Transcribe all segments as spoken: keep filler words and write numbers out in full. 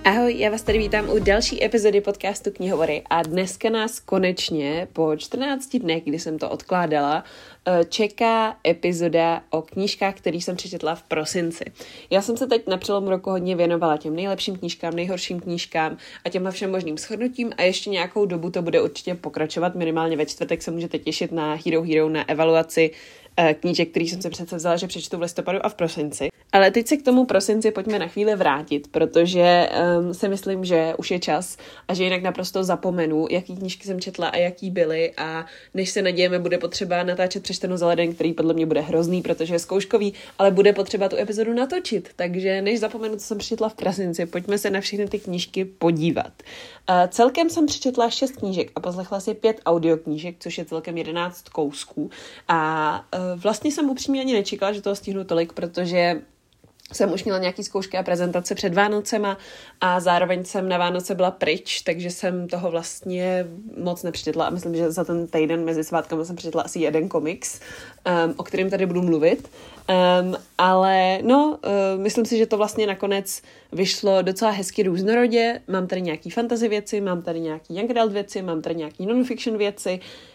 Ahoj, já vás tady vítám u další epizody podcastu Knihovory a dneska nás konečně po čtrnácti dnech, kdy jsem to odkládala, čeká epizoda o knížkách, které jsem přečetla v prosinci. Já jsem se teď na přelomu roku hodně věnovala těm nejlepším knížkám, nejhorším knížkám a těmhle všem možným shodnutím a ještě nějakou dobu to bude určitě pokračovat. Minimálně ve čtvrtek se můžete těšit na Hero Hero na evaluaci knížek, který jsem se přece vzala, že přečtu v listopadu a v prosinci. Ale teď se k tomu prosinci pojďme na chvíli vrátit, protože um, si myslím, že už je čas a že jinak naprosto zapomenu, jaký knížky jsem četla a jaký byly a než se nadějeme, bude potřeba natáčet Přečteno za leden, který podle mě bude hrozný, protože je zkouškový, ale bude potřeba tu epizodu natočit. Takže než zapomenu, co jsem přečetla v prosinci, pojďme se na všechny ty knížky podívat. Uh, celkem jsem přečetla šest knížek a poslechla si pět audioknížek, což je celkem jedenáct kousků. A uh, vlastně jsem upřímně ani nečekala, že toho stihnu tolik, protože jsem už měla nějaký zkoušky a prezentace před Vánocema a zároveň jsem na Vánoce byla pryč, takže jsem toho vlastně moc nepřečetla a myslím, že za ten týden mezi svátkami jsem přečetla asi jeden komiks, um, o kterém tady budu mluvit. Um, ale no, uh, myslím si, že to vlastně nakonec vyšlo docela hezky různorodě. Mám tady nějaký fantasy věci, mám tady nějaký young adult věci, mám tady nějaký non-fiction věci.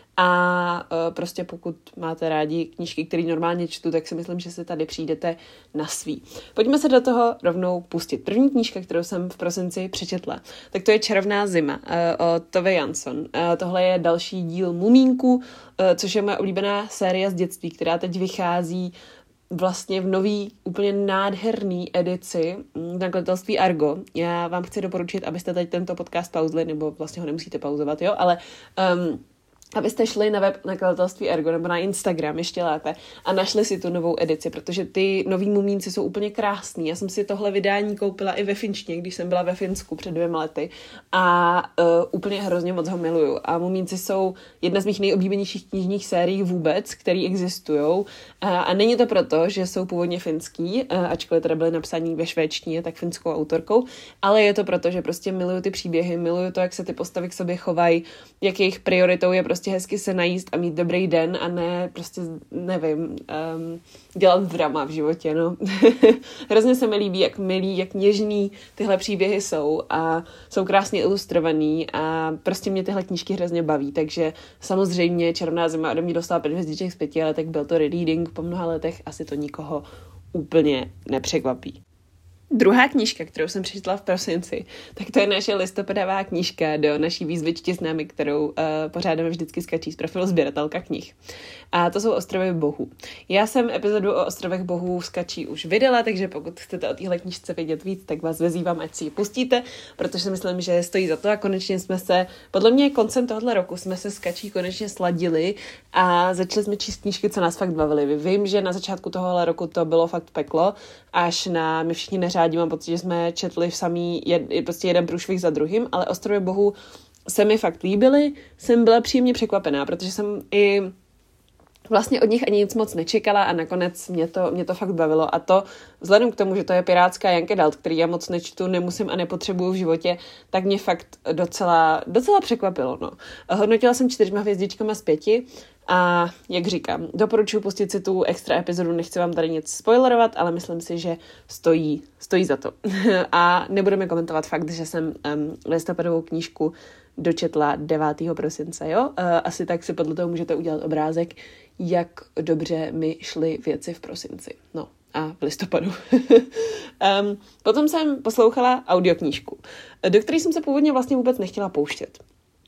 A uh, prostě pokud máte rádi knížky, které normálně čtu, tak si myslím, že si tady přijdete na svý. Pojďme se do toho rovnou pustit. První knížka, kterou jsem v prosinci přečetla, tak to je Čarovná zima uh, od Tove Jansson. Uh, tohle je další díl Mumínku, uh, což je moje oblíbená série z dětství, která teď vychází vlastně v nový, úplně nádherný edici nakladatelství Argo. Já vám chci doporučit, abyste teď tento podcast pauzli, nebo vlastně ho nemusíte pauzovat, jo, ale um, abyste šli na web nakladatelství Ergo nebo na Instagram ještě lépe a našli si tu novou edici, protože ty nový Mumínci jsou úplně krásný. Já jsem si tohle vydání koupila i ve finštině, když jsem byla ve Finsku před dvěma lety a uh, úplně hrozně moc ho miluju. A Mumínci jsou jedna z mých nejoblíbenějších knižních sérií vůbec, které existujou. Uh, a není to proto, že jsou původně finský, uh, ačkoliv teda byly napsaný ve švédštině, tak finskou autorkou, ale je to proto, že prostě miluju ty příběhy, miluju to, jak se ty postavy k sobě chovají, jak jejich prioritou je prostě hezky se najíst a mít dobrý den a ne prostě, nevím, um, dělat drama v životě, no. Hrozně se mi líbí, jak milý, jak něžný tyhle příběhy jsou a jsou krásně ilustrovaný a prostě mě tyhle knížky hrozně baví, takže samozřejmě Čarovná zima ode mě dostala pět hvězdiček z pěti, ale tak byl to rereading po mnoha letech, asi to nikoho úplně nepřekvapí. Druhá knížka, kterou jsem přečetla v prosinci, tak to je naše listopadová knížka do naší výzvy Čti s námi, kterou uh, pořádáme vždycky s Kačí z profilu Sběratelka knih. A to jsou Ostrovy bohů. Já jsem epizodu o Ostrovech bohů s Kačí už vydala, takže pokud chcete o téhle knížce vědět víc, tak vás vyzývám, ať si ji pustíte, protože si myslím, že stojí za to a konečně jsme se, podle mě koncem tohohle roku jsme se s Kačí konečně sladili a začali jsme číst knížky, co nás fakt bavily. Vím, že na začátku tohohle roku to bylo fakt peklo, až na my všichni neřádí, mám pocit, že jsme četli v samý, jed, prostě jeden průšvih za druhým, ale Ostrovy bohů se mi fakt líbily, jsem byla příjemně překvapená, protože jsem i vlastně od nich ani nic moc nečekala a nakonec mě to, mě to fakt bavilo a to vzhledem k tomu, že to je pirátská young adult, který já moc nečtu, nemusím a nepotřebuju v životě, tak mě fakt docela, docela překvapilo, no. Hodnotila jsem čtyřma hvězdičkama z pěti a jak říkám, doporučuji pustit si tu extra epizodu, nechci vám tady nic spoilerovat, ale myslím si, že stojí, stojí za to. A nebudeme komentovat fakt, že jsem um, listopadovou knížku dočetla devátého prosince, jo? Uh, asi tak si podle toho můžete udělat obrázek, jak dobře mi šly věci v prosinci. No a v listopadu. um, potom jsem poslouchala audioknížku, do které jsem se původně vlastně vůbec nechtěla pouštět.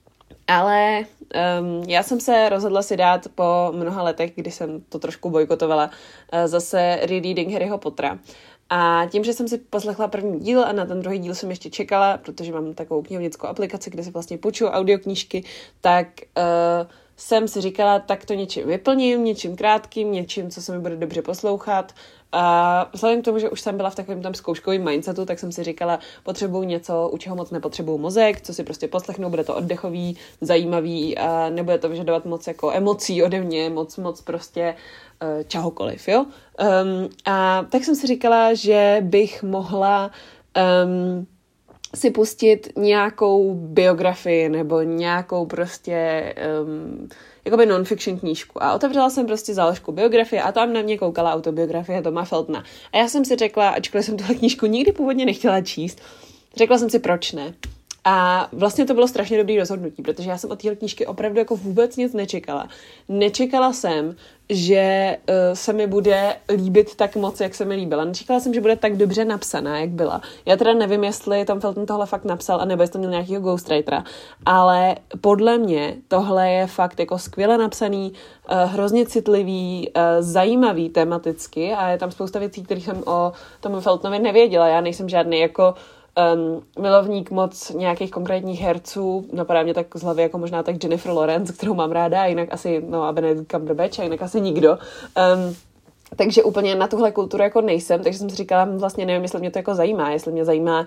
Ale um, já jsem se rozhodla si dát po mnoha letech, kdy jsem to trošku bojkotovala, uh, zase rereading Harryho Pottera. A tím, že jsem si poslechla první díl a na ten druhý díl jsem ještě čekala, protože mám takovou knihovnickou aplikaci, kde si vlastně půjčuju audioknížky, tak uh, jsem si říkala, tak to něčím vyplním, něčím krátkým, něčím, co se mi bude dobře poslouchat. A vzhledem k tomu, že už jsem byla v takovém tam zkouškovém mindsetu, tak jsem si říkala, potřebuju něco, u čeho moc nepotřebuju mozek, co si prostě poslechnu, bude to oddechový, zajímavý a nebude to vyžadovat moc jako emocí ode mě, moc, moc prostě uh, čahokoliv, jo. Um, a tak jsem si říkala, že bych mohla um, si pustit nějakou biografii nebo nějakou prostě um, jakoby non-fiction knížku. A otevřela jsem prostě záložku biografie a tam na mě koukala autobiografie Toma Feltona. A já jsem si řekla, ačkoliv jsem tuhle knížku nikdy původně nechtěla číst, řekla jsem si, proč ne. A vlastně to bylo strašně dobrý rozhodnutí, protože já jsem od téhle knížky opravdu jako vůbec nic nečekala. Nečekala jsem, že uh, se mi bude líbit tak moc, jak se mi líbila. Nečekala jsem, že bude tak dobře napsaná, jak byla. Já teda nevím, jestli Tom Felton tohle fakt napsal, anebo jestli to měl nějakýho ghostwritera, ale podle mě tohle je fakt jako skvěle napsaný, uh, hrozně citlivý, uh, zajímavý tematicky a je tam spousta věcí, které jsem o Tomu Feltonovi nevěděla. Já nejsem žádný jako Um, milovník moc nějakých konkrétních herců, napadá mě tak z hlavy jako možná tak Jennifer Lawrence, kterou mám ráda, a jinak asi, no a Benedict Cumberbatch, a jinak asi nikdo. Um, takže úplně na tuhle kulturu jako nejsem, takže jsem si říkala, vlastně nevím, jestli mě to jako zajímá, jestli mě zajímá, uh,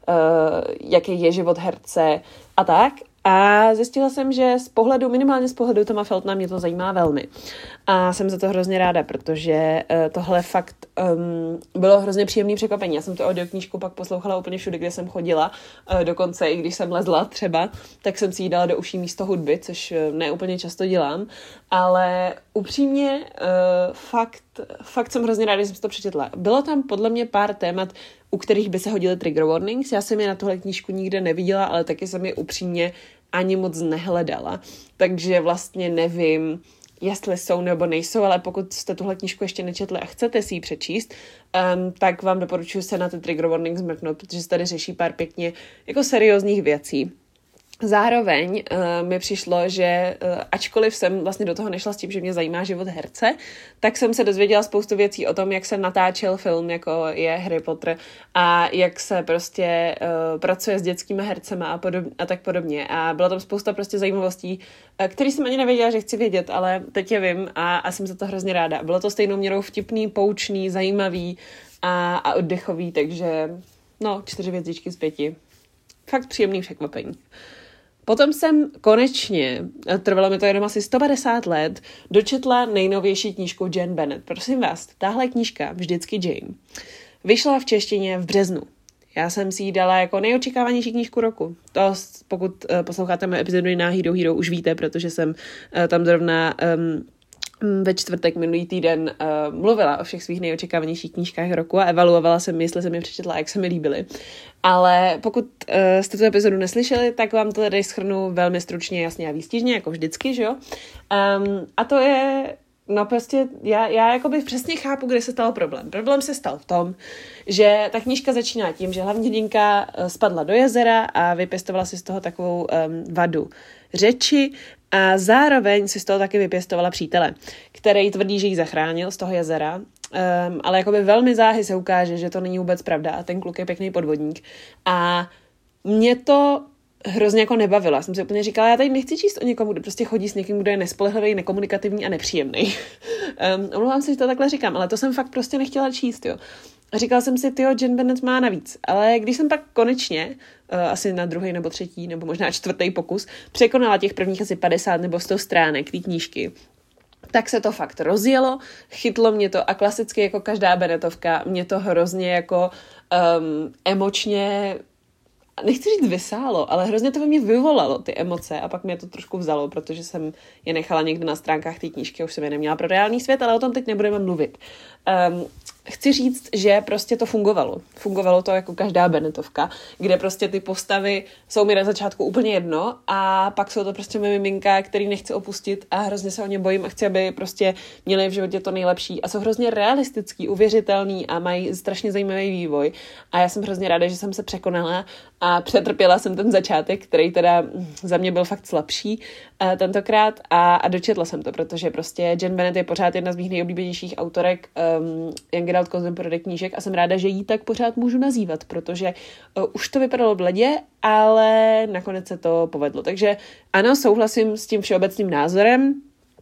jaký je život herce a tak. A zjistila jsem, že z pohledu, minimálně z pohledu Toma Feltona mě to zajímá velmi. A jsem za to hrozně ráda, protože uh, tohle fakt um, bylo hrozně příjemný překvapení. Já jsem tu audioknížku pak poslouchala úplně všude, kde jsem chodila. Uh, dokonce i když jsem lezla třeba, tak jsem si ji dala do uší místo hudby, což uh, ne úplně často dělám. Ale upřímně uh, fakt, fakt jsem hrozně ráda, že jsem si to přečetla. Bylo tam podle mě pár témat, u kterých by se hodily trigger warnings. Já jsem je na tuhle knížku nikde neviděla, ale taky jsem je upřímně ani moc nehledala. Takže vlastně nevím, jestli jsou nebo nejsou, ale pokud jste tuhle knížku ještě nečetli a chcete si ji přečíst, um, tak vám doporučuji se na ty trigger warnings zmrknout, protože se tady řeší pár pěkně jako seriózních věcí. Zároveň uh, mi přišlo, že uh, ačkoliv jsem vlastně do toho nešla s tím, že mě zajímá život herce, tak jsem se dozvěděla spoustu věcí o tom, jak se natáčel film, jako je Harry Potter, a jak se prostě uh, pracuje s dětskými hercema a, podob- a tak podobně. A byla tam spousta prostě zajímavostí, uh, které jsem ani nevěděla, že chci vědět, ale teď je vím a, a jsem za to hrozně ráda. Bylo to stejnou měrou vtipný, poučný, zajímavý a, a oddechový, takže no, čtyři hvězdičky z pěti. Fakt příjemný překvapení. Potom jsem konečně, trvalo mi to jenom asi sto padesát let, dočetla nejnovější knížku Jane Bennett. Prosím vás, tahle knížka, Vždycky Jane, vyšla v češtině v březnu. Já jsem si ji dala jako nejočekávanější knížku roku. To, pokud uh, posloucháte moje epizody na Hero Hero, už víte, protože jsem uh, tam zrovna um, ve čtvrtek minulý týden uh, mluvila o všech svých nejočekávanějších knížkách roku a evaluovala jsem, jestli jsem je přečetla a jak se mi líbily. Ale pokud uh, jste tu epizodu neslyšeli, tak vám to tady shrnu velmi stručně, jasně a výstižně, jako vždycky, že jo? Um, a to je, no prostě, já, já jakoby přesně chápu, kde se stal problém. Problém se stal v tom, že ta knížka začíná tím, že hlavní hrdinka spadla do jezera a vypěstovala si z toho takovou um, vadu řeči a zároveň si z toho taky vypěstovala přítele, který tvrdí, že ji zachránil z toho jezera, um, ale jakoby velmi záhy se ukáže, že to není vůbec pravda a ten kluk je pěkný podvodník. A mě to hrozně jako nebavila. Jsem si úplně říkala, já tady nechci číst o někomu, kdo prostě chodí s někým, kdo je nespolehlivý, nekomunikativní a nepříjemný. um, omlouvám se, že to takhle říkám, ale to jsem fakt prostě nechtěla číst, jo. A říkala jsem si, tyjo, Jane Bennett má navíc. Ale když jsem pak konečně, uh, asi na druhý nebo třetí, nebo možná čtvrtý pokus, překonala těch prvních asi padesát nebo sto stránek té knížky, tak se to fakt rozjelo, chytlo mě to a klasicky jako každá Bennettovka, mě to hrozně jako um, emočně, nechci říct vysálo, ale hrozně to ve mě vyvolalo ty emoce a pak mě to trošku vzalo, protože jsem je nechala někde na stránkách té knížky, už jsem je neměla pro reálný svět, ale o tom teď nebudeme mluvit. Um, chci říct, že prostě to fungovalo. Fungovalo to jako každá Bennettovka, kde prostě ty postavy jsou mi na začátku úplně jedno a pak jsou to prostě moje miminka, který nechci opustit a hrozně se o ně bojím a chci, aby prostě měli v životě to nejlepší a jsou hrozně realistický, uvěřitelný a mají strašně zajímavý vývoj a já jsem hrozně ráda, že jsem se překonala a přetrpěla jsem ten začátek, který teda za mě byl fakt slabší uh, tentokrát a, a dočetla jsem to, protože prostě Jane Bennett je pořád jedna z mých nejoblíbenějších autorek um, Young Adult Contemporary knížek a jsem ráda, že jí tak pořád můžu nazývat, protože uh, už to vypadalo bledě, ale nakonec se to povedlo. Takže ano, souhlasím s tím všeobecným názorem,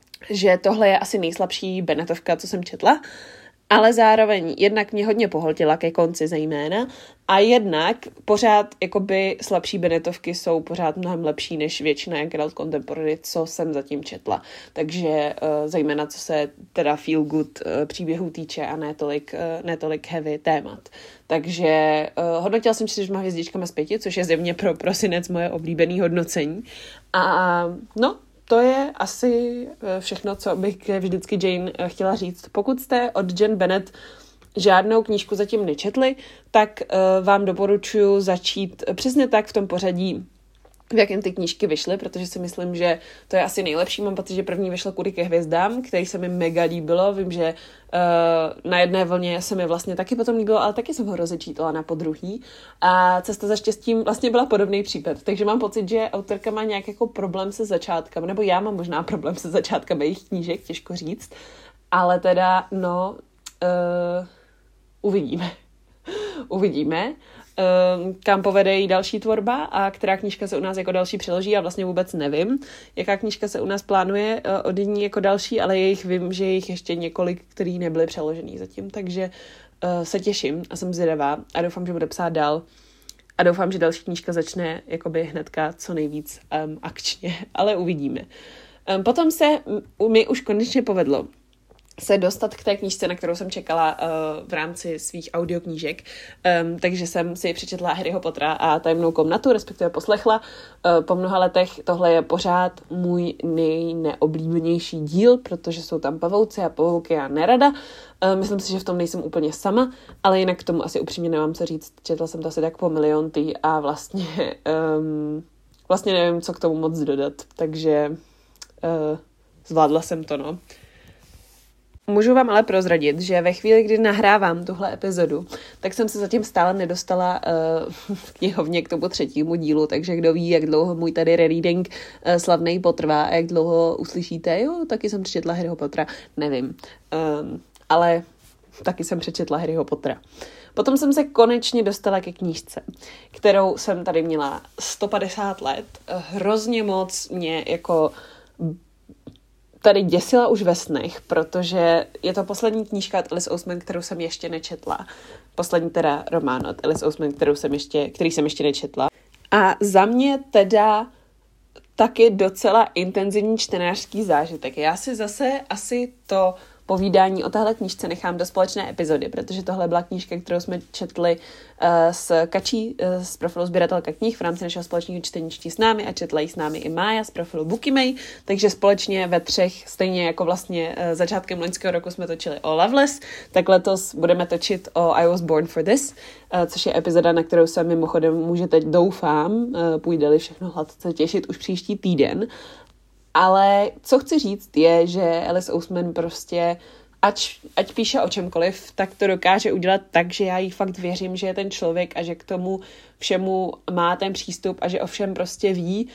že tohle je asi nejslabší Bennettovka, co jsem četla, ale zároveň jednak mě hodně pohltila ke konci zejména a jednak pořád jakoby slabší Bennettovky jsou pořád mnohem lepší než většina Young Adult Contemporary, co jsem zatím četla. Takže uh, zejména co se teda feel good uh, příběhů týče a ne tolik, uh, ne tolik heavy témat. Takže uh, hodnotila jsem čtyřma hvězdičkama z pěti, což je zjevně pro prosinec moje oblíbené hodnocení. A no, to je asi všechno, co bych vždycky Jane chtěla říct. Pokud jste od Jane Bennett žádnou knížku zatím nečetli, tak uh, vám doporučuji začít přesně tak v tom pořadí, v jakém ty knížky vyšly, protože si myslím, že to je asi nejlepší. Mám pocit, že první vyšlo Kudy ke hvězdám, který se mi mega líbilo. Vím, že uh, na jedné vlně se mi vlastně taky potom líbilo, ale taky jsem ho rozečítala na podruhý. A Cesta za štěstím vlastně byla podobný případ. Takže mám pocit, že autorka má nějaký jako problém se začátkem, nebo já mám možná problém se začátkem jejich knížek, těžko říct. Ale teda, no, uh, uvidíme. uvidíme. Kam povede její další tvorba a která knížka se u nás jako další přeloží. Já vlastně vůbec nevím, jaká knížka se u nás plánuje od ní jako další, ale jejich vím, že jich ještě několik, který nebyly přeložený zatím, takže uh, se těším a jsem zvědavá a doufám, že bude psát dál a doufám, že další knížka začne jakoby hnedka co nejvíc um, akčně, ale uvidíme. Um, potom se mi už konečně povedlo se dostat k té knížce, na kterou jsem čekala uh, v rámci svých audioknížek. Um, takže jsem si přečetla Harryho Pottera a Tajemnou komnatu, respektive poslechla. Uh, po mnoha letech tohle je pořád můj nejneoblíbenější díl, protože jsou tam pavouci a pavouky a nerada. Uh, myslím si, že v tom nejsem úplně sama, ale jinak k tomu asi upřímně nemám co říct. Četla jsem to asi tak po miliontý a vlastně um, vlastně nevím, co k tomu moc dodat. Takže uh, zvládla jsem to, no. Můžu vám ale prozradit, že ve chvíli, kdy nahrávám tuhle epizodu, tak jsem se zatím stále nedostala uh, v knihovně k tomu třetímu dílu, takže kdo ví, jak dlouho můj tady rereading uh, slavnej potrvá a jak dlouho uslyšíte, jo, taky jsem přečetla Harryho Pottera, nevím, um, ale taky jsem přečetla Harryho Pottera. Potom jsem se konečně dostala ke knížce, kterou jsem tady měla sto padesát let, hrozně moc mě jako tady děsila už ve snech, protože je to poslední knížka od Alice Oseman, kterou jsem ještě nečetla. Poslední teda román od Alice Oseman, kterou jsem ještě, který jsem ještě nečetla. A za mě teda taky docela intenzivní čtenářský zážitek. Já si zase asi to povídání o téhle knížce nechám do společné epizody, protože tohle byla knížka, kterou jsme četli uh, s Kačí uh, z profilu Sběratelka knih v rámci našeho společného čtení Čti s námi a četla ji s námi i Mája z profilu Bookymej, takže společně ve třech, stejně jako vlastně uh, začátkem loňského roku jsme točili o Loveless, tak letos budeme točit o I Was Born for This, uh, což je epizoda, na kterou se mimochodem můžete, doufám, uh, půjde-li všechno hladce, těšit už příští týden. Ale co chci říct je, že Alice Oseman prostě, ať, ať píše o čemkoliv, tak to dokáže udělat tak, že já jí fakt věřím, že je ten člověk a že k tomu všemu má ten přístup a že o všem prostě ví.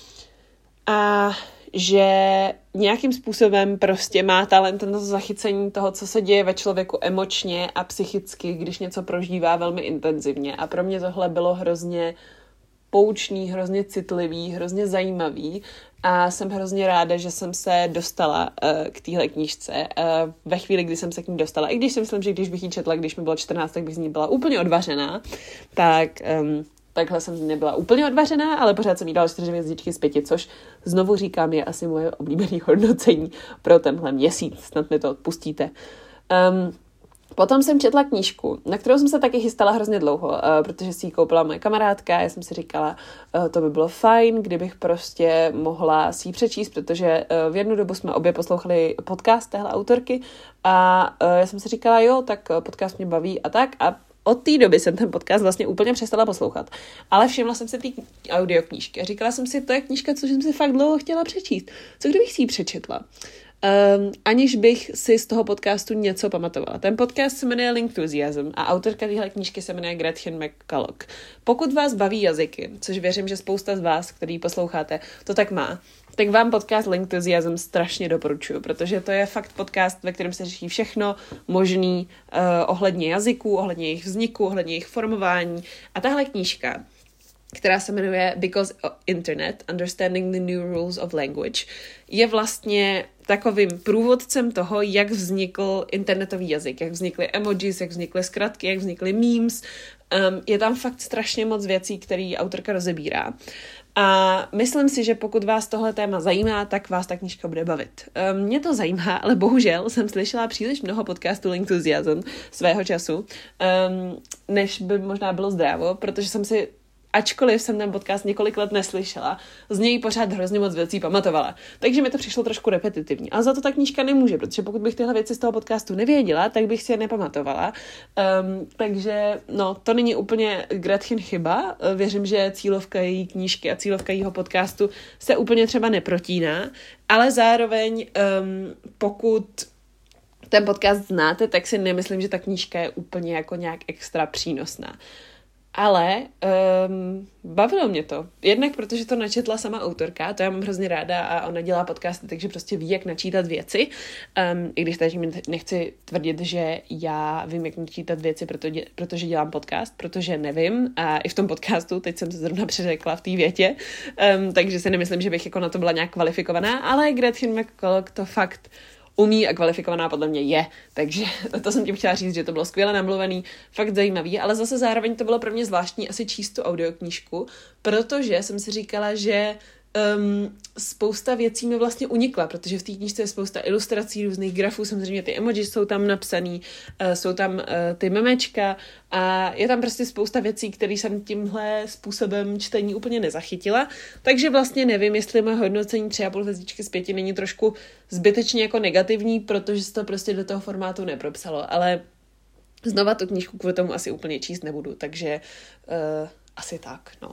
A že nějakým způsobem prostě má talent na zachycení toho, co se děje ve člověku emočně a psychicky, když něco prožívá velmi intenzivně. A pro mě tohle bylo hrozně poučný, hrozně citlivý, hrozně zajímavý a jsem hrozně ráda, že jsem se dostala uh, k téhle knížce uh, ve chvíli, kdy jsem se k ní dostala. I když si myslím, že když bych ji četla, když mi bylo čtrnáct, tak bych z ní byla úplně odvařená, tak um, takhle jsem z ní nebyla úplně odvařená, ale pořád jsem jí dala čtyři hvězdičky z pěti, což znovu říkám, je asi moje oblíbené hodnocení pro tenhle měsíc. Snad mi to odpustíte. Um, Potom jsem četla knížku, na kterou jsem se taky chystala hrozně dlouho, uh, protože si ji koupila moje kamarádka, já jsem si říkala, uh, to by bylo fajn, kdybych prostě mohla si ji přečíst, protože uh, v jednu dobu jsme obě poslouchali podcast téhle autorky a uh, já jsem si říkala, jo, tak podcast mě baví a tak a od té doby jsem ten podcast vlastně úplně přestala poslouchat. Ale všimla jsem si té audioknížky a říkala jsem si, to je knížka, co jsem si fakt dlouho chtěla přečíst. Co kdybych si ji přečetla? Um, aniž bych si z toho podcastu něco pamatovala. Ten podcast se jmenuje Linkthusiasm a autorka téhle knížky se jmenuje Gretchen McCulloch. Pokud vás baví jazyky, což věřím, že spousta z vás, který posloucháte, to tak má, tak vám podcast Linkthusiasm strašně doporučuju, protože to je fakt podcast, ve kterém se řeší všechno možný uh, ohledně jazyků, ohledně jejich vzniku, ohledně jejich formování. A tahle knížka, která se jmenuje Because Internet, Understanding the New Rules of Language, je vlastně takovým průvodcem toho, jak vznikl internetový jazyk, jak vznikly emojis, jak vznikly zkratky, jak vznikly memes. Um, je tam fakt strašně moc věcí, které autorka rozebírá. A myslím si, že pokud vás tohle téma zajímá, tak vás ta knížka bude bavit. Um, mě to zajímá, ale bohužel jsem slyšela příliš mnoho podcastů Linkthusiasm svého času, um, než by možná bylo zdrávo, protože jsem si ačkoliv jsem ten podcast několik let neslyšela, z něj pořád hrozně moc věcí pamatovala. Takže mi to přišlo trošku repetitivní. A za to ta knížka nemůže, protože pokud bych tyhle věci z toho podcastu nevěděla, tak bych si je nepamatovala. Um, takže no, to není úplně Gretchen chyba. Věřím, že cílovka její knížky a cílovka jejího podcastu se úplně třeba neprotíná, ale zároveň um, pokud ten podcast znáte, tak si nemyslím, že ta knížka je úplně jako nějak extra přínosná. Ale um, bavilo mě to. Jednak protože to načetla sama autorka, to já mám hrozně ráda a ona dělá podcasty, takže prostě ví, jak načítat věci. Um, I když teď nechci tvrdit, že já vím, jak načítat věci, protože, protože dělám podcast, protože nevím. A i v tom podcastu, teď jsem to zrovna přeřekla v té větě, um, takže si nemyslím, že bych jako na to byla nějak kvalifikovaná, ale Gretchen McCulloch to fakt umí a kvalifikovaná podle mě je. Takže to jsem tím chtěla říct, že to bylo skvěle namluvený, fakt zajímavý, ale zase zároveň to bylo pro mě zvláštní asi číst tu audioknížku, protože jsem si říkala, že um, spousta věcí mi vlastně unikla, protože v té knížce je spousta ilustrací, různých grafů, samozřejmě ty emoji jsou tam napsaný, uh, jsou tam uh, ty memečka a je tam prostě spousta věcí, které jsem tímhle způsobem čtení úplně nezachytila, takže vlastně nevím, jestli moje hodnocení tři a půl hvězdičky z pěti není trošku zbytečně jako negativní, protože se to prostě do toho formátu nepropsalo, ale znova tu knížku kvůli tomu asi úplně číst nebudu, takže uh, asi tak, no.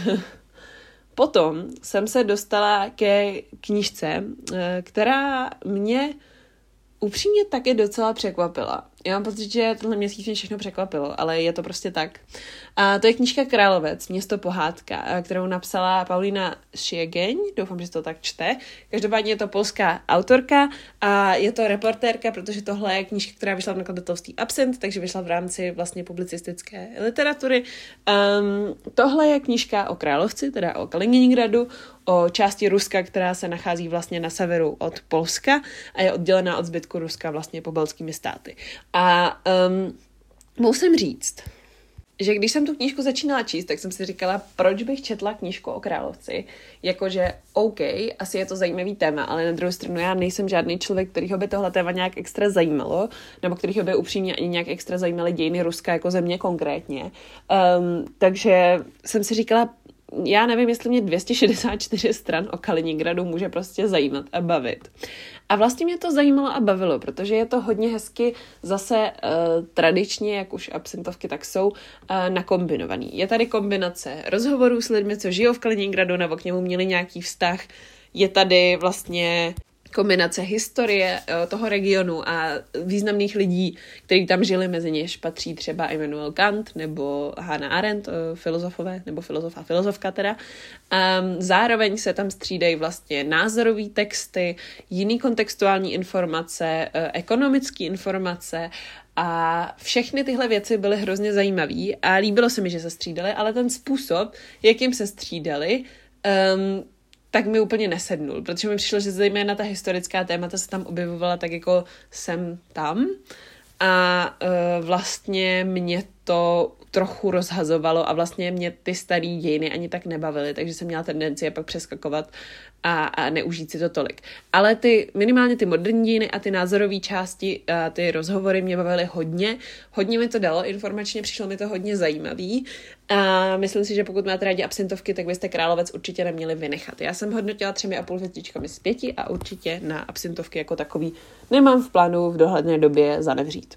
Potom jsem se dostala ke knížce, která mě upřímně taky docela překvapila. Já mám pocit, že tenhle měsíc mě všechno překvapilo, ale je to prostě tak. A to je knížka Královec, Město pohádka, kterou napsala Paulina Siegeň, doufám, že se to tak čte. Každopádně je to polská autorka a je to reportérka, protože tohle je knížka, která vyšla v nakladatelství Absent, takže vyšla v rámci vlastně publicistické literatury. Um, tohle je knížka o královci, teda o Kaliningradu, o části Ruska, která se nachází vlastně na severu od Polska a je oddělená od zbytku Ruska vlastně pobaltskými státy. A um, musím říct, že když jsem tu knížku začínala číst, tak jsem si říkala, proč bych četla knížku o královci. Jakože, OK, asi je to zajímavý téma, ale na druhou stranu já nejsem žádný člověk, kterýho by tohle téma nějak extra zajímalo, nebo kterýho by upřímně ani nějak extra zajímaly dějiny Ruska jako země konkrétně. Um, takže jsem si říkala, já nevím, jestli mě dvě stě šedesát čtyři stran o Kaliningradu může prostě zajímat a bavit. A vlastně mě to zajímalo a bavilo, protože je to hodně hezky zase uh, tradičně, jak už absentovky tak jsou, uh, nakombinovaný. Je tady kombinace rozhovorů s lidmi, co žijou v Kaliningradu nebo k němu měli nějaký vztah. Je tady vlastně kombinace historie toho regionu a významných lidí, kteří tam žili, mezi něž patří třeba Immanuel Kant nebo Hannah Arendt, filozofové, nebo filozof a filozofka teda. Um, zároveň se tam střídají vlastně názorové texty, jiný kontextuální informace, ekonomické informace a všechny tyhle věci byly hrozně zajímavé a líbilo se mi, že se střídaly, ale ten způsob, jakým se střídali, um, tak mi úplně nesednul, protože mi přišlo, že zejména ta historická témata se tam objevovala tak jako sem tam a uh, vlastně mě to trochu rozhazovalo a vlastně mě ty starý dějiny ani tak nebavily, takže jsem měla tendenci je pak přeskakovat a, a neužít si to tolik. Ale ty, minimálně ty moderní dějiny a ty názorové části a ty rozhovory mě bavily hodně. Hodně mi to dalo informačně, přišlo mi to hodně zajímavý a myslím si, že pokud máte rádi absentovky, tak byste Královec určitě neměli vynechat. Já jsem hodnotila třemi a půl hvězdičkami z pěti a určitě na absentovky jako takový nemám v plánu v dohledné době zanevřít.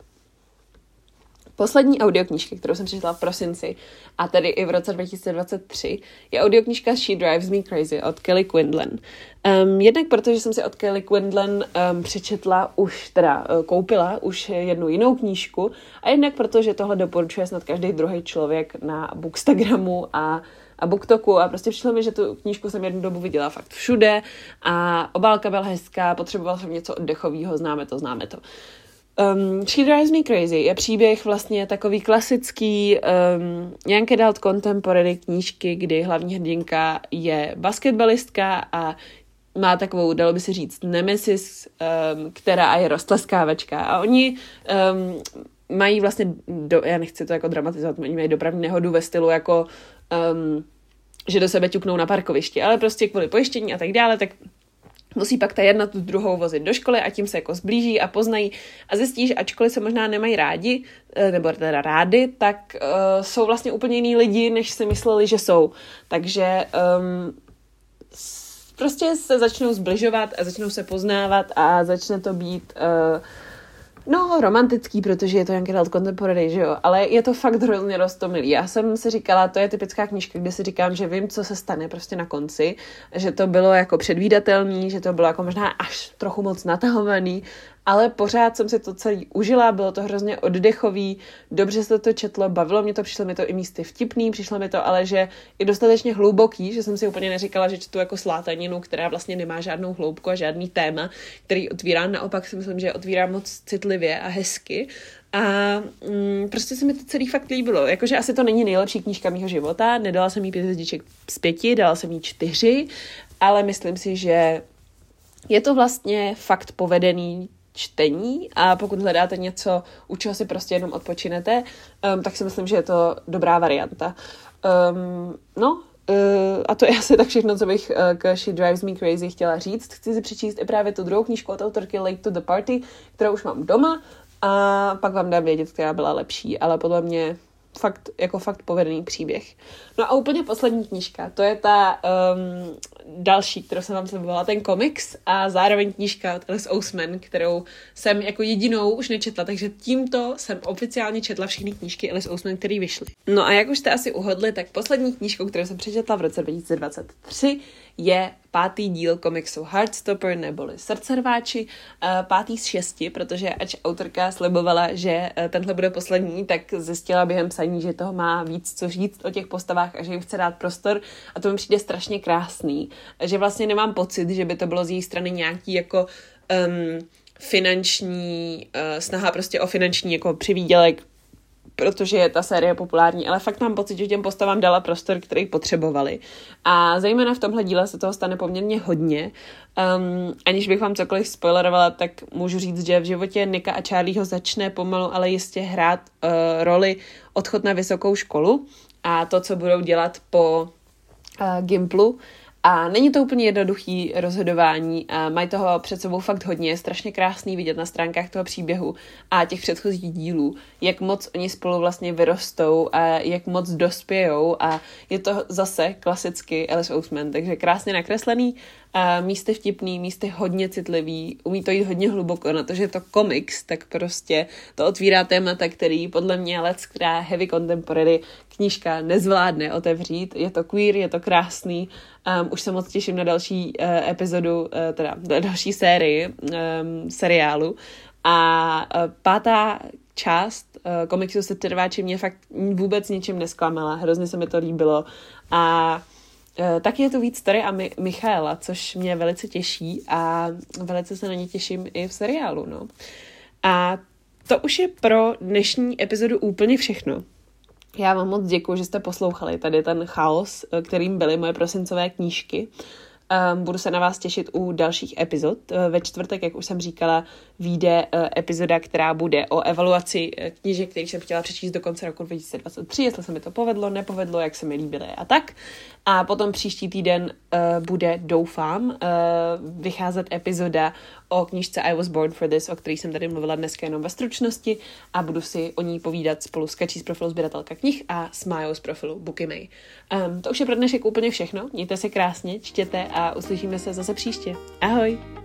Poslední audioknížka, kterou jsem přečetla v prosinci, a tedy i v roce dva tisíce dvacet tři, je audioknížka She Drives Me Crazy od Kelly Quinlan. Um, jednak protože jsem si od Kelly Quinlan um, přečetla už, teda uh, koupila už jednu jinou knížku, a jednak protože tohle doporučuje snad každý druhý člověk na Bookstagramu a a BookToku a prostě přišlo mi, že tu knížku jsem jednu dobu viděla fakt všude a obálka byla hezká, potřebovala jsem něco oddechového, známe to, známe to. Um, She Drives Me Crazy je příběh vlastně takový klasický um, young adult contemporary knížky, kdy hlavní hrdinka je basketbalistka a má takovou, dalo by se říct, nemesis, um, která je roztleskávačka. A oni um, mají vlastně, do, já nechci to jako dramatizovat, oni mají dopravní nehodu ve stylu jako, um, že do sebe ťuknou na parkovišti, ale prostě kvůli pojištění a tak dále, tak musí pak ta jedna tu druhou vozit do školy a tím se jako zblíží a poznají a zjistí, že ačkoliv se možná nemají rádi, nebo teda rády, tak uh, jsou vlastně úplně jiný lidi, než si mysleli, že jsou. Takže um, s, prostě se začnou zbližovat a začnou se poznávat a začne to být uh, no, romantický, protože je to Young Adult Contemporary, že jo, ale je to fakt hrozně roztomilý. Já jsem si říkala, to je typická knížka, kde si říkám, že vím, co se stane prostě na konci, že to bylo jako předvídatelný, že to bylo jako možná až trochu moc natahovaný, ale pořád jsem si to celý užila, bylo to hrozně oddechový, dobře se to četlo, bavilo mě to, přišlo mi to i místy vtipný, přišlo mi to ale, že je dostatečně hluboký, že jsem si úplně neříkala, že čtu jako slátaninu, která vlastně nemá žádnou hloubku a žádný téma, který otvírá, naopak si myslím, že otvírá moc citlivě a hezky. A mm, prostě se mi to celý fakt líbilo. Jakože asi to není nejlepší knížka mýho života, nedala jsem jí pět hvězdiček z pěti, dala jsem jí čtyři, ale myslím si, že je to vlastně fakt povedený čtení a pokud hledáte něco, u čeho si prostě jenom odpočinete, um, tak si myslím, že je to dobrá varianta. Um, no, uh, a to je asi tak všechno, co bych uh, k She Drives Me Crazy chtěla říct. Chci si přečíst i právě tu druhou knížku od autorky Late to the Party, kterou už mám doma a pak vám dám vědět, která byla lepší, ale podle mě fakt, jako fakt povedený příběh. No a úplně poslední knížka, to je ta um, další, kterou jsem vám slibovala, ten komiks a zároveň knížka od Alice Oseman, kterou jsem jako jedinou už nečetla, takže tímto jsem oficiálně četla všechny knížky Alice Oseman, které vyšly. No a jak už jste asi uhodli, tak poslední knížkou, kterou jsem přečetla v roce dva tisíce dvacet tři, je pátý díl komiksu Heartstopper neboli Srdcerváči, pátý z šesti, protože ač autorka slibovala, že tenhle bude poslední, tak zjistila během psaní, že toho má víc co říct o těch postavách a že jim chce dát prostor a to mi přijde strašně krásný. Že vlastně nemám pocit, že by to bylo z její strany nějaký jako um, finanční uh, snaha prostě o finanční jako přivýdělek, protože je ta série populární, ale fakt mám pocit, že těm postavám dala prostor, který potřebovali. A zejména v tomhle díle se toho stane poměrně hodně. Um, aniž bych vám cokoliv spoilerovala, tak můžu říct, že v životě Nicka a Charlieho začne pomalu, ale jistě hrát uh, roli odchod na vysokou školu a to, co budou dělat po uh, Gimplu. A není to úplně jednoduchý rozhodování a mají toho před sebou fakt hodně. Je strašně krásný vidět na stránkách toho příběhu a těch předchozích dílů, jak moc oni spolu vlastně vyrostou a jak moc dospějou a je to zase klasicky Alice Oseman, takže krásně nakreslený, a místy vtipný, místy hodně citlivý, umí to jít hodně hluboko na to, že je to komiks, tak prostě to otvírá témata, který podle mě leckrá heavy contemporary knížka nezvládne otevřít. Je to queer, je to krásný, um, už se moc těším na další uh, epizodu, uh, teda na další sérii um, seriálu a uh, pátá část uh, komiksu Srdcerváči mě fakt vůbec ničím nesklamala, hrozně se mi to líbilo a taky je to víc Story a Mi- Michaela, což mě velice těší a velice se na ně těším i v seriálu. No. A to už je pro dnešní epizodu úplně všechno. Já vám moc děkuji, že jste poslouchali tady ten chaos, kterým byly moje prosincové knížky. Um, budu se na vás těšit u dalších epizod. Ve čtvrtek, jak už jsem říkala, vyjde uh, epizoda, která bude o evaluaci uh, knížek, který jsem chtěla přečíst do konce roku dva tisíce dvacet tři, jestli se mi to povedlo, nepovedlo, jak se mi líbily a tak. A potom příští týden uh, bude, doufám, uh, vycházet epizoda o knížce I Was Born for This, o který jsem tady mluvila dneska jenom ve stručnosti a budu si o ní povídat spolu s Kačí z profilu Sběratelka knih a s Májou z profilu Booky May. Um, to už je pro dnešek úplně všechno. Mějte se krásně, čtěte a uslyšíme se zase příště. Ahoj!